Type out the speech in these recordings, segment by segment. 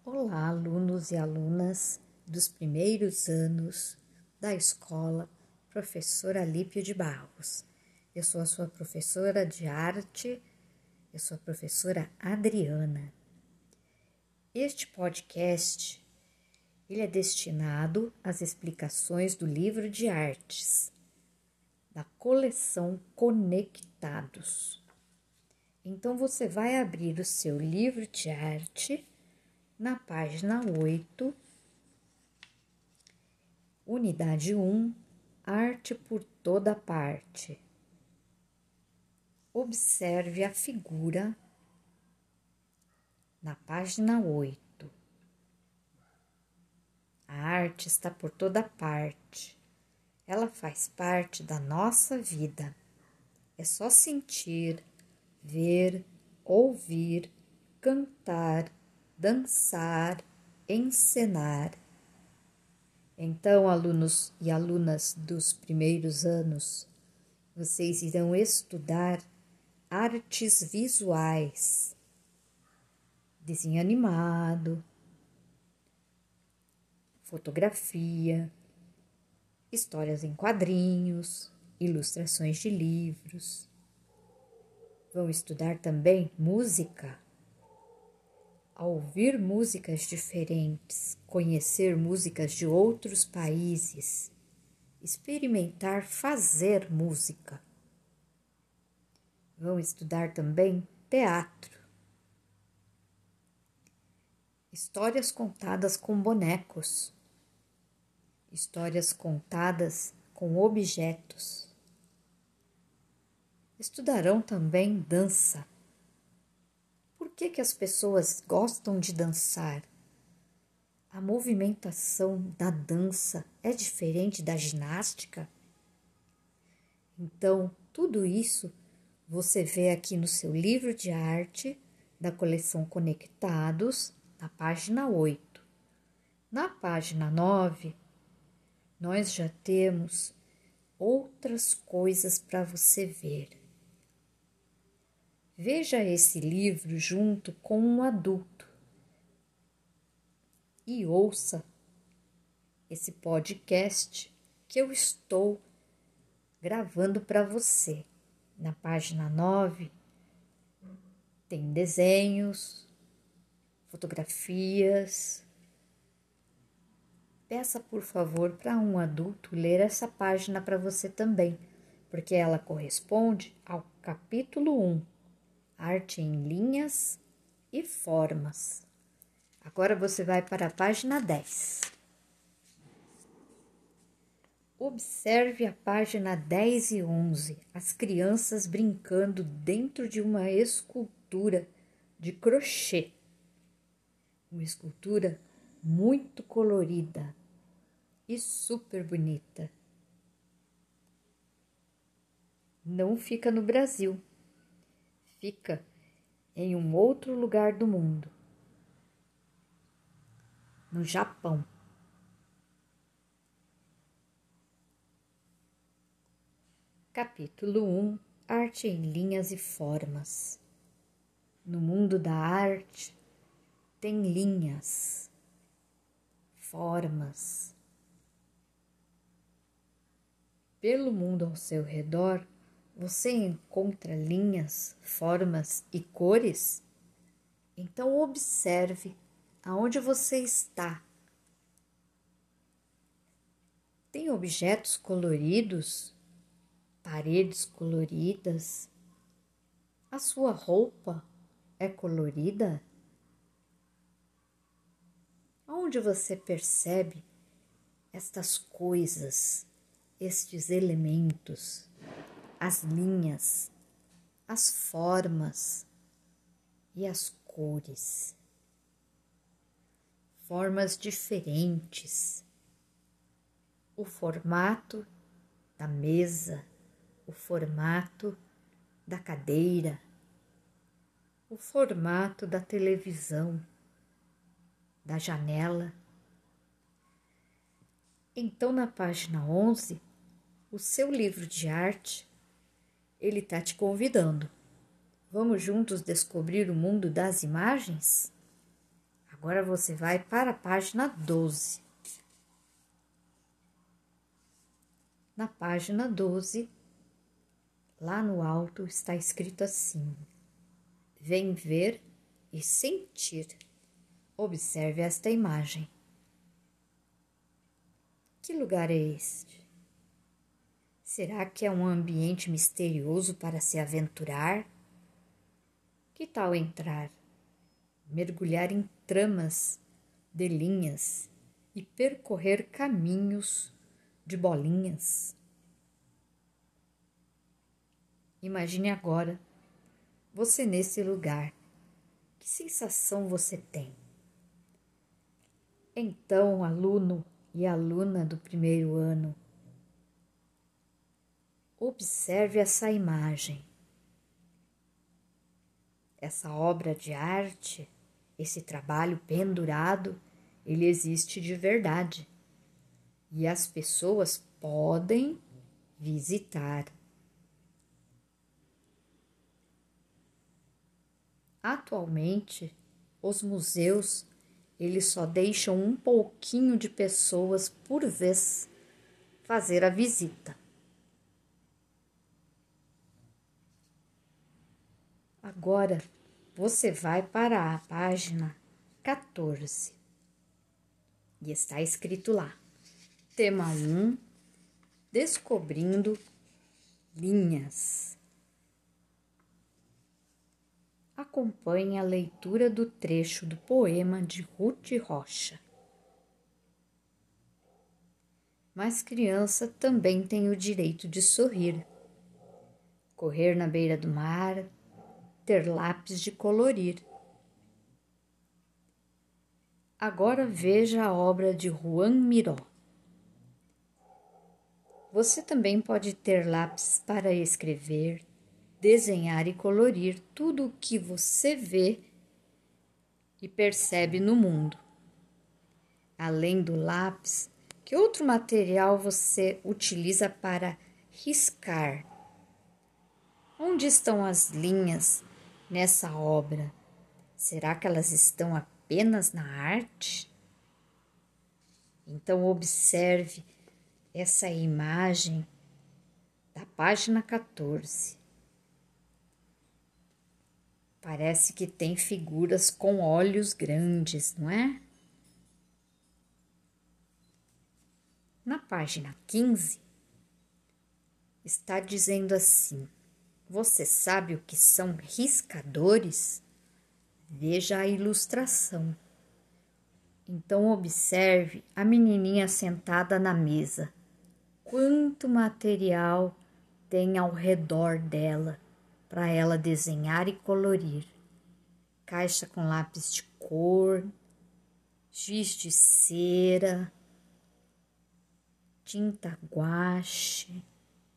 Olá, alunos e alunas dos primeiros anos da escola Professora Alípio de Barros. Eu sou a sua professora de arte, eu sou a professora Adriana. Este podcast ele é destinado às explicações do livro de artes da coleção Conectados. Então, você vai abrir o seu livro de arte na página 8, unidade 1, arte por toda parte. Observe a figura na página 8. A arte está por toda parte. Ela faz parte da nossa vida. É só sentir, ver, ouvir, cantar, dançar, encenar. Então, alunos e alunas dos primeiros anos, vocês irão estudar artes visuais, desenho animado, fotografia, histórias em quadrinhos, ilustrações de livros. Vão estudar também música. Ao ouvir músicas diferentes, conhecer músicas de outros países, experimentar fazer música. Vão estudar também teatro, histórias contadas com bonecos, histórias contadas com objetos. Estudarão também dança. Por que as pessoas gostam de dançar? A movimentação da dança é diferente da ginástica? Então, tudo isso você vê aqui no seu livro de arte da coleção Conectados, na página 8. Na página 9, nós já temos outras coisas para você ver. Veja esse livro junto com um adulto e ouça esse podcast que eu estou gravando para você. Na página 9 tem desenhos, fotografias. Peça, por favor, para um adulto ler essa página para você também, porque ela corresponde ao capítulo 1. Arte em linhas e formas. Agora você vai para a página 10. Observe a página 10 e 11. As crianças brincando dentro de uma escultura de crochê. Uma escultura muito colorida e super bonita. Não fica no Brasil. Fica em um outro lugar do mundo, no Japão. Capítulo 1. Arte em linhas e formas. No mundo da arte, tem linhas, formas. Pelo mundo ao seu redor, você encontra linhas, formas e cores? Então observe aonde você está. Tem objetos coloridos, paredes coloridas. A sua roupa é colorida? Onde você percebe estas coisas, estes elementos? As linhas, as formas e as cores. Formas diferentes. O formato da mesa, o formato da cadeira, o formato da televisão, da janela. Então, na página 11, o seu livro de arte ele está te convidando. Vamos juntos descobrir o mundo das imagens? Agora você vai para a página 12. Na página 12, lá no alto está escrito assim: vem ver e sentir. Observe esta imagem. Que lugar é este? Será que é um ambiente misterioso para se aventurar? Que tal entrar, mergulhar em tramas de linhas e percorrer caminhos de bolinhas? Imagine agora você nesse lugar. Que sensação você tem? Então, aluno e aluna do primeiro ano, observe essa imagem, essa obra de arte, esse trabalho pendurado, ele existe de verdade e as pessoas podem visitar. Atualmente, os museus, eles só deixam um pouquinho de pessoas por vez fazer a visita. Agora, você vai para a página 14 e está escrito lá: Tema 1, Descobrindo Linhas. Acompanhe a leitura do trecho do poema de Ruth Rocha. Mas criança também tem o direito de sorrir, correr na beira do mar, ter lápis de colorir. Agora veja a obra de Juan Miró. Você também pode ter lápis para escrever, desenhar e colorir tudo o que você vê e percebe no mundo. Além do lápis, que outro material você utiliza para riscar? Onde estão as linhas nessa obra? Será que elas estão apenas na arte? Então observe essa imagem da página 14. Parece que tem figuras com olhos grandes, não é? Na página 15, está dizendo assim: você sabe o que são riscadores? Veja a ilustração. Então observe a menininha sentada na mesa. Quanto material tem ao redor dela para ela desenhar e colorir. Caixa com lápis de cor, giz de cera, tinta guache.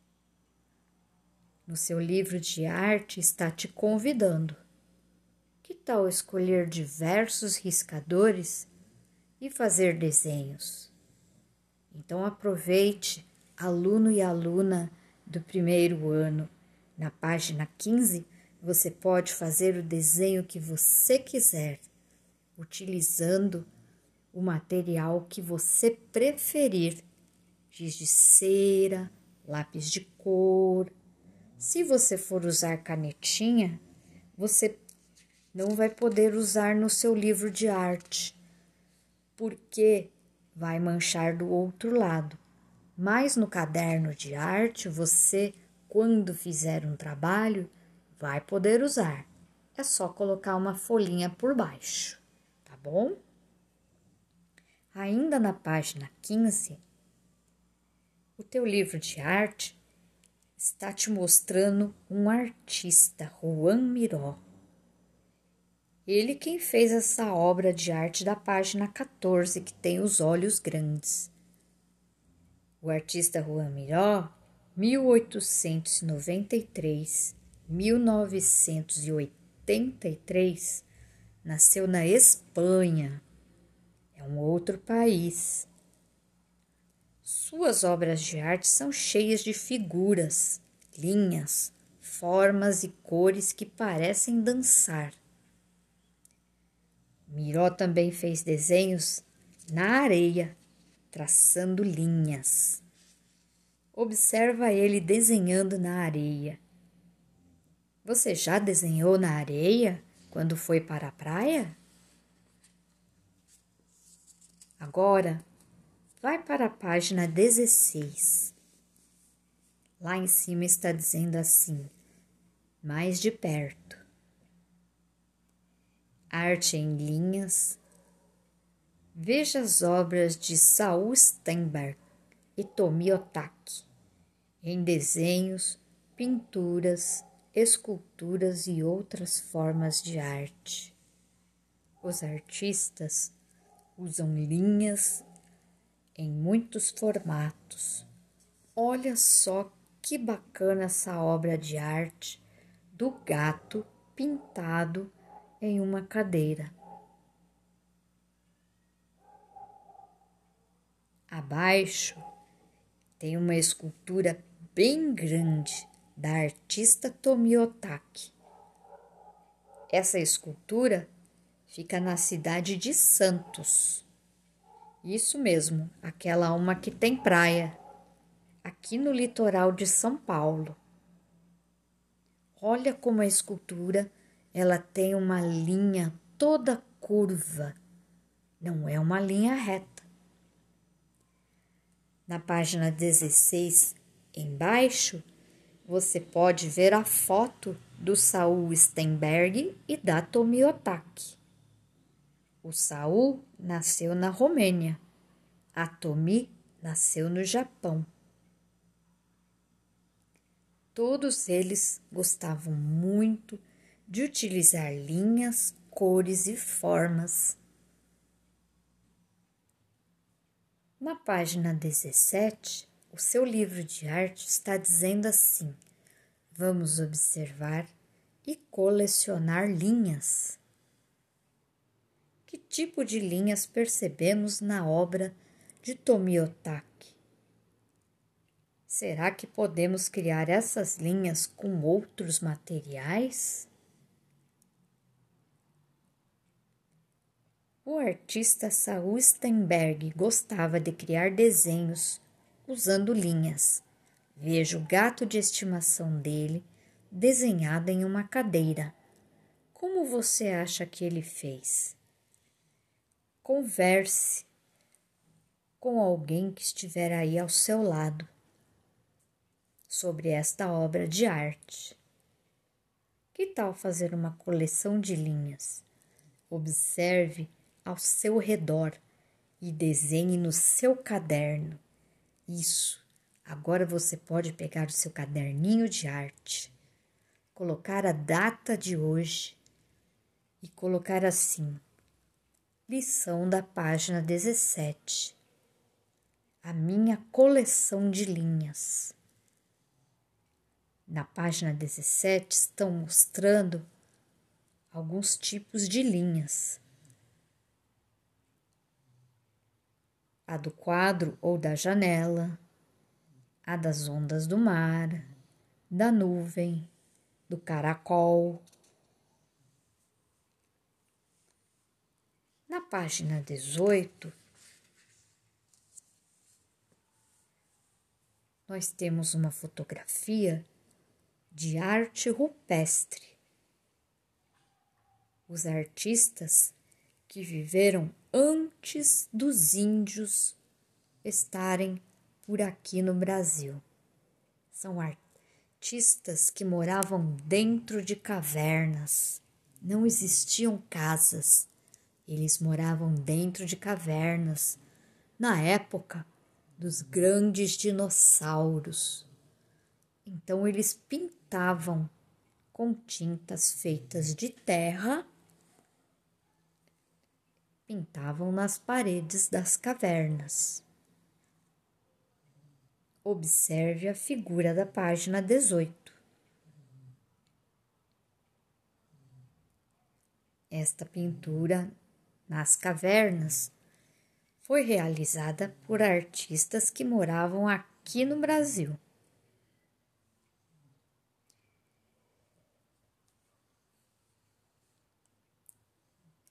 No seu livro de arte está te convidando. Que tal escolher diversos riscadores e fazer desenhos? Então aproveite, aluno e aluna do primeiro ano. Na página 15, você pode fazer o desenho que você quiser, utilizando o material que você preferir. Giz de cera, lápis de cor. Se você for usar canetinha, você não vai poder usar no seu livro de arte, porque vai manchar do outro lado. Mas no caderno de arte, você, quando fizer um trabalho, vai poder usar. É só colocar uma folhinha por baixo, tá bom? Ainda na página 15, o teu livro de arte está te mostrando um artista, Juan Miró. Ele quem fez essa obra de arte da página 14, que tem os olhos grandes. O artista Juan Miró, 1893-1983, nasceu na Espanha. É um outro país. Suas obras de arte são cheias de figuras, linhas, formas e cores que parecem dançar. Miró também fez desenhos na areia, traçando linhas. Observa ele desenhando na areia. Você já desenhou na areia quando foi para a praia? Agora, vai para a página 16. Lá em cima está dizendo assim, mais de perto. Arte em linhas. Veja as obras de Saul Steinberg e Tomi Otaki, em desenhos, pinturas, esculturas e outras formas de arte. Os artistas usam linhas em muitos formatos. Olha só que bacana essa obra de arte do gato pintado em uma cadeira. Abaixo tem uma escultura bem grande da artista Tomi Otaki. Essa escultura fica na cidade de Santos. Isso mesmo, aquela uma que tem praia, aqui no litoral de São Paulo. Olha como a escultura, ela tem uma linha toda curva, não é uma linha reta. Na página 16, embaixo, você pode ver a foto do Saul Steinberg e da Tomi Otaki. O Saul nasceu na Romênia, a Tomi nasceu no Japão. Todos eles gostavam muito de utilizar linhas, cores e formas. Na página 17, o seu livro de arte está dizendo assim: vamos observar e colecionar linhas. Que tipo de linhas percebemos na obra de Tomi Otaki? Será que podemos criar essas linhas com outros materiais? O artista Saul Steinberg gostava de criar desenhos usando linhas. Veja o gato de estimação dele desenhado em uma cadeira. Como você acha que ele fez? Converse com alguém que estiver aí ao seu lado sobre esta obra de arte. Que tal fazer uma coleção de linhas? Observe ao seu redor e desenhe no seu caderno. Isso. Agora você pode pegar o seu caderninho de arte, colocar a data de hoje e colocar assim: lição da página 17. A minha coleção de linhas. Na página 17 estão mostrando alguns tipos de linhas. A do quadro ou da janela, a das ondas do mar, da nuvem, do caracol. Na página 18, nós temos uma fotografia de arte rupestre. Os artistas que viveram antes dos índios estarem por aqui no Brasil. São artistas que moravam dentro de cavernas. Não existiam casas. Eles moravam dentro de cavernas, na época dos grandes dinossauros. Então eles pintavam com tintas feitas de terra, pintavam nas paredes das cavernas. Observe a figura da página 18. Esta pintura nas cavernas foi realizada por artistas que moravam aqui no Brasil.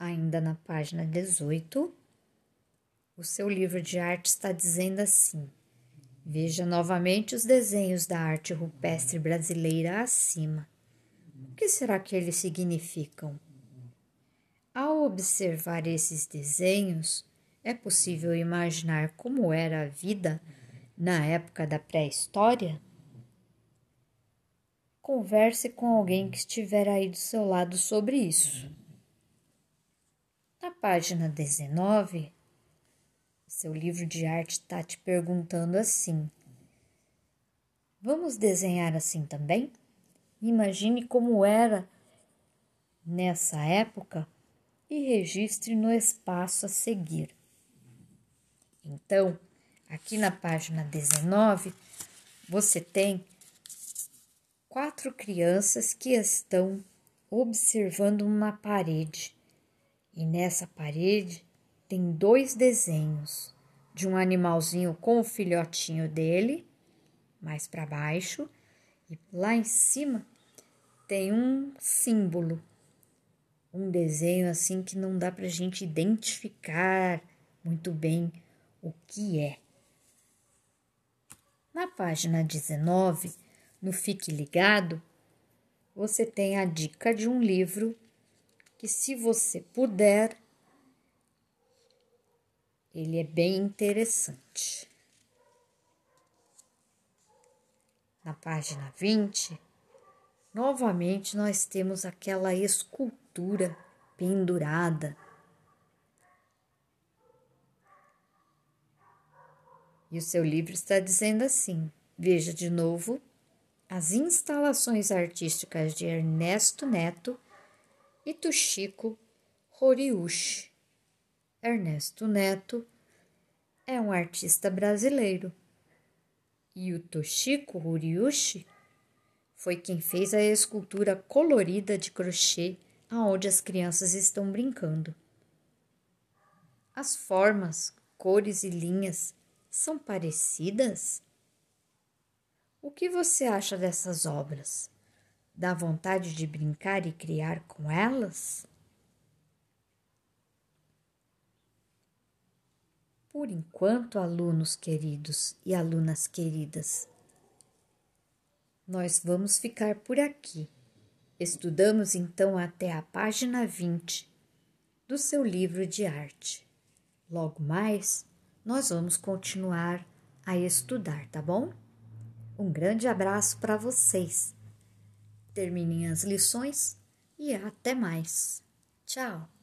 Ainda na página 18, o seu livro de arte está dizendo assim: veja novamente os desenhos da arte rupestre brasileira acima. O que será que eles significam? Ao observar esses desenhos, é possível imaginar como era a vida na época da pré-história? Converse com alguém que estiver aí do seu lado sobre isso. Na página 19, seu livro de arte está te perguntando assim: vamos desenhar assim também? Imagine como era nessa época e registre no espaço a seguir. Então, aqui na página 19, você tem 4 crianças que estão observando uma parede. E nessa parede tem 2 desenhos de um animalzinho com o filhotinho dele, mais para baixo, e lá em cima tem um símbolo, um desenho assim que não dá para a gente identificar muito bem o que é. Na página 19, no Fique Ligado, você tem a dica de um livro que, se você puder, ele é bem interessante. Na página 20, novamente nós temos aquela escultura pendurada. E o seu livro está dizendo assim: veja de novo as instalações artísticas de Ernesto Neto e Toshiko Horiuchi. Ernesto Neto é um artista brasileiro e o Toshiko Horiuchi foi quem fez a escultura colorida de crochê aonde as crianças estão brincando. As formas, cores e linhas são parecidas? O que você acha dessas obras? Dá vontade de brincar e criar com elas? Por enquanto, alunos queridos e alunas queridas, nós vamos ficar por aqui. Estudamos então até a página 20 do seu livro de arte. Logo mais, nós vamos continuar a estudar, tá bom? Um grande abraço para vocês. Terminem as lições e até mais. Tchau!